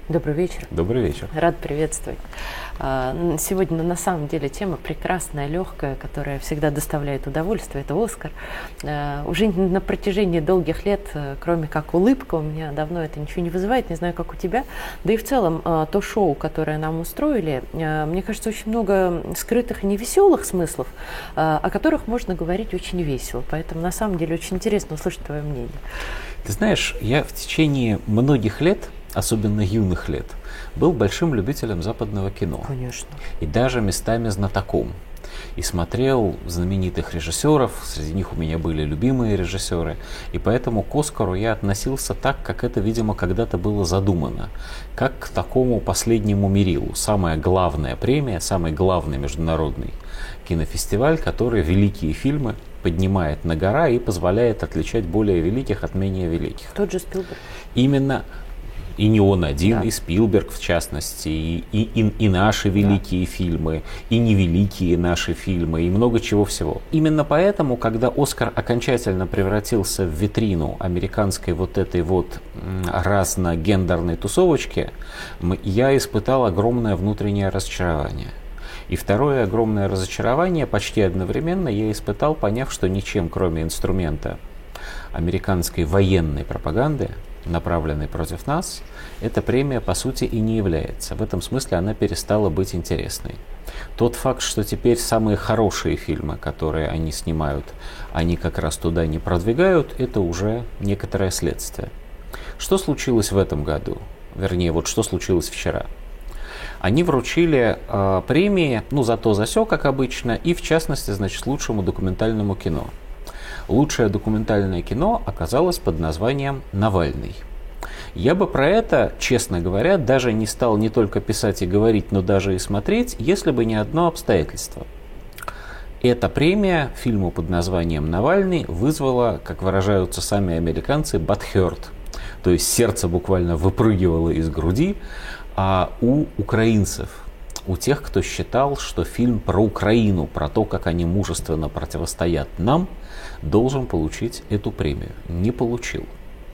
Добрый вечер. Добрый вечер. Рад приветствовать. Сегодня на самом деле тема прекрасная, легкая, которая всегда доставляет удовольствие. Это «Оскар». Уже на протяжении долгих лет, кроме как улыбка, у меня давно это ничего не вызывает, не знаю, как у тебя. Да и в целом то шоу, которое нам устроили, мне кажется, очень много скрытых и невеселых смыслов, о которых можно говорить очень весело. Поэтому на самом деле очень интересно услышать твое мнение. Ты знаешь, я в течение многих лет, особенно юных лет, был большим любителем западного кино. Конечно. И даже местами знатоком. И смотрел знаменитых режиссеров, среди них у меня были любимые режиссеры. И поэтому к «Оскару» я относился так, как это, видимо, когда-то было задумано. Как к такому последнему мерилу. Самая главная премия, самый главный международный кинофестиваль, который великие фильмы поднимает на гора и позволяет отличать более великих от менее великих. Тот же Спилберг. Именно. И не он один, Да. и Спилберг в частности, и наши великие фильмы, и невеликие наши фильмы, и много чего всего. Именно поэтому, когда «Оскар» окончательно превратился в витрину американской вот этой вот разногендерной тусовочки, я испытал огромное внутреннее разочарование. И второе огромное разочарование почти одновременно я испытал, поняв, что ничем, кроме инструмента американской военной пропаганды, направленной против нас, эта премия по сути и не является. В этом смысле она перестала быть интересной. Тот факт, что теперь самые хорошие фильмы, которые они снимают, они как раз туда не продвигают, это уже некоторое следствие. Что случилось в этом году? Вернее, вот что случилось вчера. Они вручили премии, за то, за сё, как обычно, и в частности, значит, лучшему документальному кино. Лучшее документальное кино оказалось под названием «Навальный». Я бы про это, честно говоря, даже не стал не только писать и говорить, но даже и смотреть, если бы не одно обстоятельство. Эта премия фильму под названием «Навальный» вызвала, как выражаются сами американцы, butthurt. То есть сердце буквально выпрыгивало из груди, у украинцев. У тех, кто считал, что фильм про Украину, про то, как они мужественно противостоят нам, должен получить эту премию. Не получил.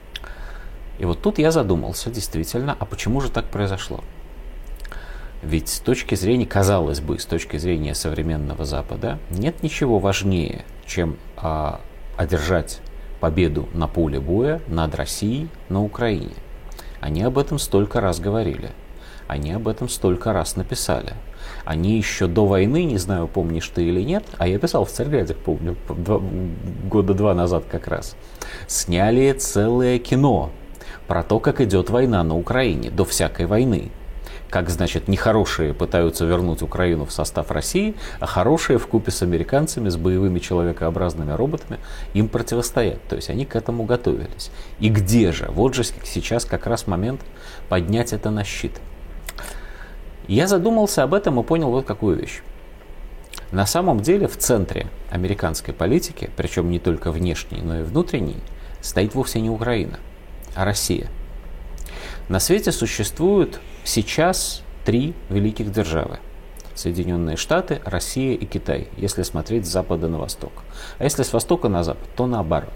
И вот тут я задумался, действительно, а почему же так произошло? Ведь с точки зрения, казалось бы, с точки зрения современного Запада, нет ничего важнее, чем одержать победу на поле боя над Россией на Украине. Они об этом столько раз говорили. Они об этом столько раз написали. Они еще до войны, не знаю, помнишь ты или нет, а я писал в «Царьграде», помню, года два назад как раз, сняли целое кино про то, как идет война на Украине, до всякой войны. Как, значит, нехорошие пытаются вернуть Украину в состав России, а хорошие вкупе с американцами, с боевыми человекообразными роботами им противостоят. То есть они к этому готовились. И где же? Вот же сейчас как раз момент поднять это на щит. Я задумался об этом и понял вот какую вещь. На самом деле в центре американской политики, причем не только внешней, но и внутренней, стоит вовсе не Украина, а Россия. На свете существует сейчас 3 великих державы. Соединенные Штаты, Россия и Китай, если смотреть с запада на восток. А если с востока на запад, то наоборот.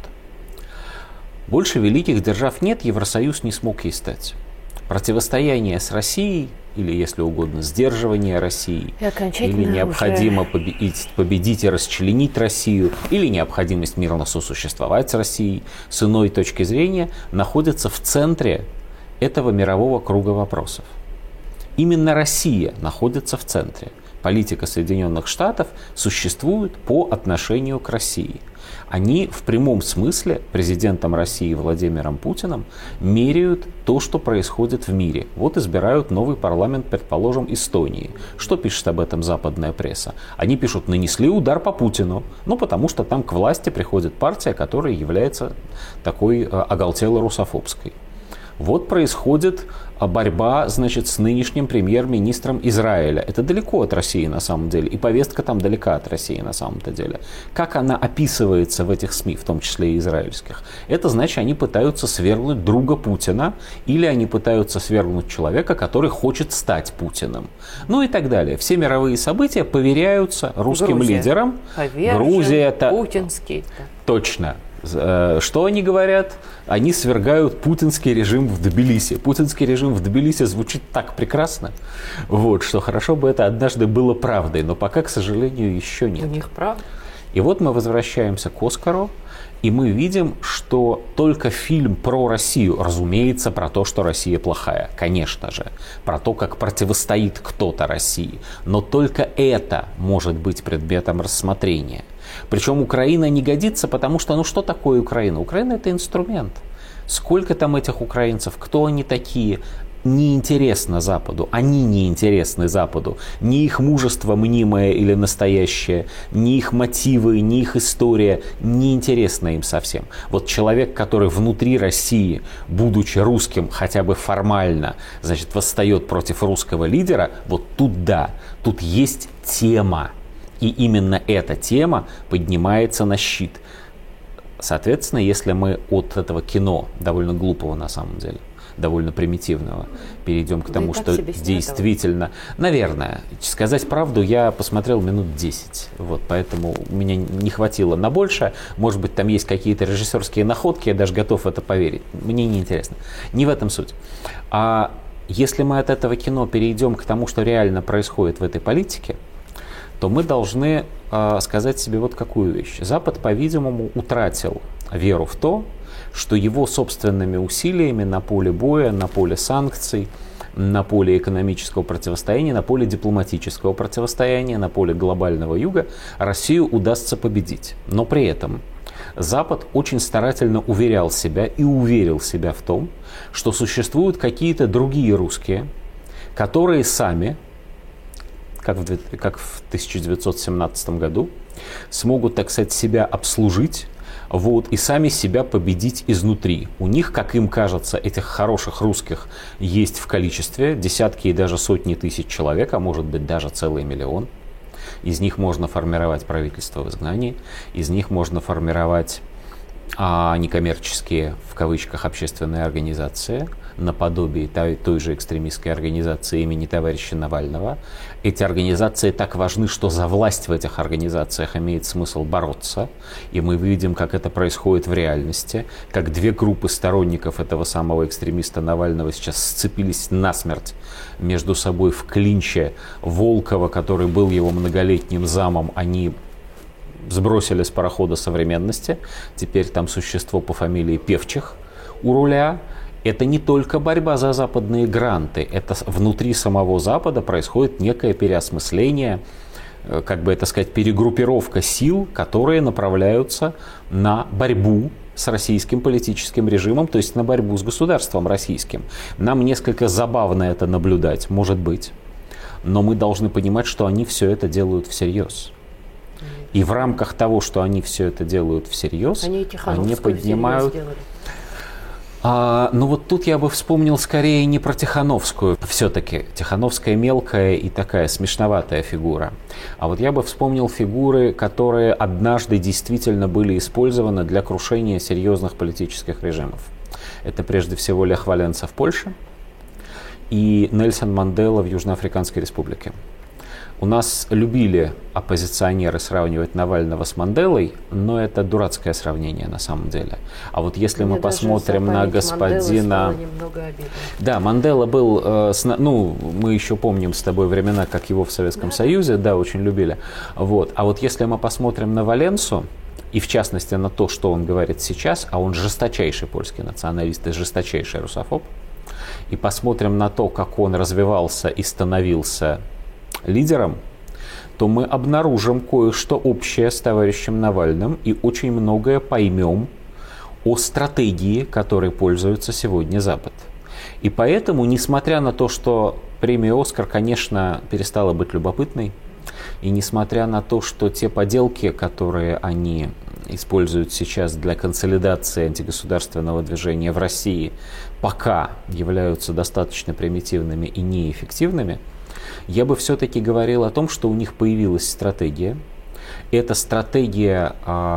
Больше великих держав нет, Евросоюз не смог ей стать. Противостояние с Россией, или, если угодно, сдерживание России, или необходимо победить и расчленить Россию, или необходимость мирно сосуществовать с Россией, с иной точки зрения, находится в центре этого мирового круга вопросов. Именно Россия находится в центре. Политика Соединенных Штатов существует по отношению к России. Они в прямом смысле президентом России Владимиром Путиным меряют то, что происходит в мире. Вот избирают новый парламент, предположим, Эстонии. Что пишет об этом западная пресса? Они пишут: нанесли удар по Путину. Потому что там к власти приходит партия, которая является такой оголтело-русофобской. Вот происходит борьба, значит, с нынешним премьер-министром Израиля. Это далеко от России на самом деле, и повестка там далека от России на самом-то деле. Как она описывается в этих СМИ, в том числе и израильских? Это значит, они пытаются свергнуть друга Путина, или они пытаются свергнуть человека, который хочет стать Путиным. И так далее. Все мировые события поверяются русским лидерам. Грузия это путинский. Точно. Что они говорят? Они свергают путинский режим в Тбилиси. Путинский режим в Тбилиси звучит так прекрасно, вот, что хорошо бы это однажды было правдой, но пока, к сожалению, еще нет. У них правда. И вот мы возвращаемся к Оскару, и мы видим, что только фильм про Россию, разумеется, про то, что Россия плохая, конечно же, про то, как противостоит кто-то России, но только это может быть предметом рассмотрения. Причем Украина не годится, потому что, ну что такое Украина? Украина – это инструмент. Сколько там этих украинцев, кто они такие? Неинтересно Западу, они неинтересны Западу. Ни их мужество мнимое или настоящее, ни их мотивы, ни их история неинтересна им совсем. Вот человек, который внутри России, будучи русским хотя бы формально, значит, восстает против русского лидера, вот тут да, тут есть тема. И именно эта тема поднимается на щит. Соответственно, если мы от этого кино, довольно глупого на самом деле, довольно примитивного, перейдем к тому, что действительно, наверное, сказать правду, я посмотрел минут 10, вот, поэтому у меня не хватило на больше, может быть, там есть какие-то режиссерские находки, я даже готов в это поверить, мне не интересно, не в этом суть. А если мы от этого кино перейдем к тому, что реально происходит в этой политике, то мы должны сказать себе вот какую вещь. Запад, по-видимому, утратил веру в то, что его собственными усилиями на поле боя, на поле санкций, на поле экономического противостояния, на поле дипломатического противостояния, на поле глобального юга Россию удастся победить. Но при этом Запад очень старательно уверял себя и уверил себя в том, что существуют какие-то другие русские, которые сами, как в 1917 году, смогут, так сказать, себя обслужить, вот, и сами себя победить изнутри. У них, как им кажется, этих хороших русских есть в количестве десятки и даже сотни тысяч человек, а может быть даже целый миллион. Из них можно формировать правительство в изгнании, из них можно формировать некоммерческие, в кавычках, общественные организации, наподобие той же экстремистской организации имени товарища Навального. Эти организации так важны, что за власть в этих организациях имеет смысл бороться. И мы видим, как это происходит в реальности, как две группы сторонников этого самого экстремиста Навального сейчас сцепились насмерть между собой в клинче. Волкова, который был его многолетним замом, они сбросили с парохода современности. Теперь там существо по фамилии Певчих у руля. Это не только борьба за западные гранты, это внутри самого Запада происходит некое переосмысление, как бы это сказать, перегруппировка сил, которые направляются на борьбу с российским политическим режимом, то есть на борьбу с государством российским. Нам несколько забавно это наблюдать, может быть, но мы должны понимать, что они все это делают всерьез. И в рамках того, что они все это делают всерьез, они поднимают... Ну вот тут я бы вспомнил скорее не про Тихановскую, все-таки Тихановская мелкая и такая смешноватая фигура, а вот я бы вспомнил фигуры, которые однажды действительно были использованы для крушения серьезных политических режимов. Это прежде всего Лех Валенса в Польше и Нельсон Мандела в Южноафриканской Республике. У нас любили оппозиционеры сравнивать Навального с Манделой, но это дурацкое сравнение на самом деле. А вот если мы посмотрим на господина... Да, Мандела был, мы еще помним с тобой времена, как его в Советском Союзе, да, очень любили. Вот. А вот если мы посмотрим на Валенсу, и в частности на то, что он говорит сейчас, а он жесточайший польский националист и жесточайший русофоб, и посмотрим на то, как он развивался и становился лидером, то мы обнаружим кое-что общее с товарищем Навальным и очень многое поймем о стратегии, которой пользуется сегодня Запад. И поэтому, несмотря на то, что премия «Оскар», конечно, перестала быть любопытной, и несмотря на то, что те поделки, которые они используют сейчас для консолидации антигосударственного движения в России, пока являются достаточно примитивными и неэффективными, я бы все-таки говорил о том, что у них появилась стратегия. Эта стратегия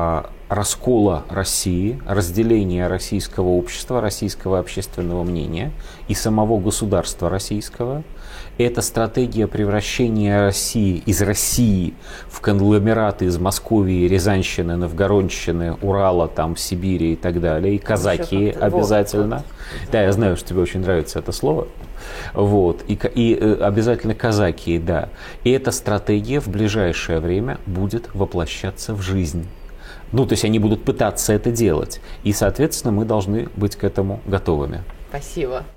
раскола России, разделения российского общества, российского общественного мнения и самого государства российского. Это стратегия превращения России из России в конгломераты из Московии, Рязанщины, Новгородщины, Урала, там, Сибири и так далее. И казаки обязательно. Да, я знаю, что тебе очень нравится это слово. Вот. И обязательно казаки, да. И эта стратегия в ближайшее время будет воплощаться в жизнь. Ну, то есть они будут пытаться это делать. И, соответственно, мы должны быть к этому готовыми. Спасибо.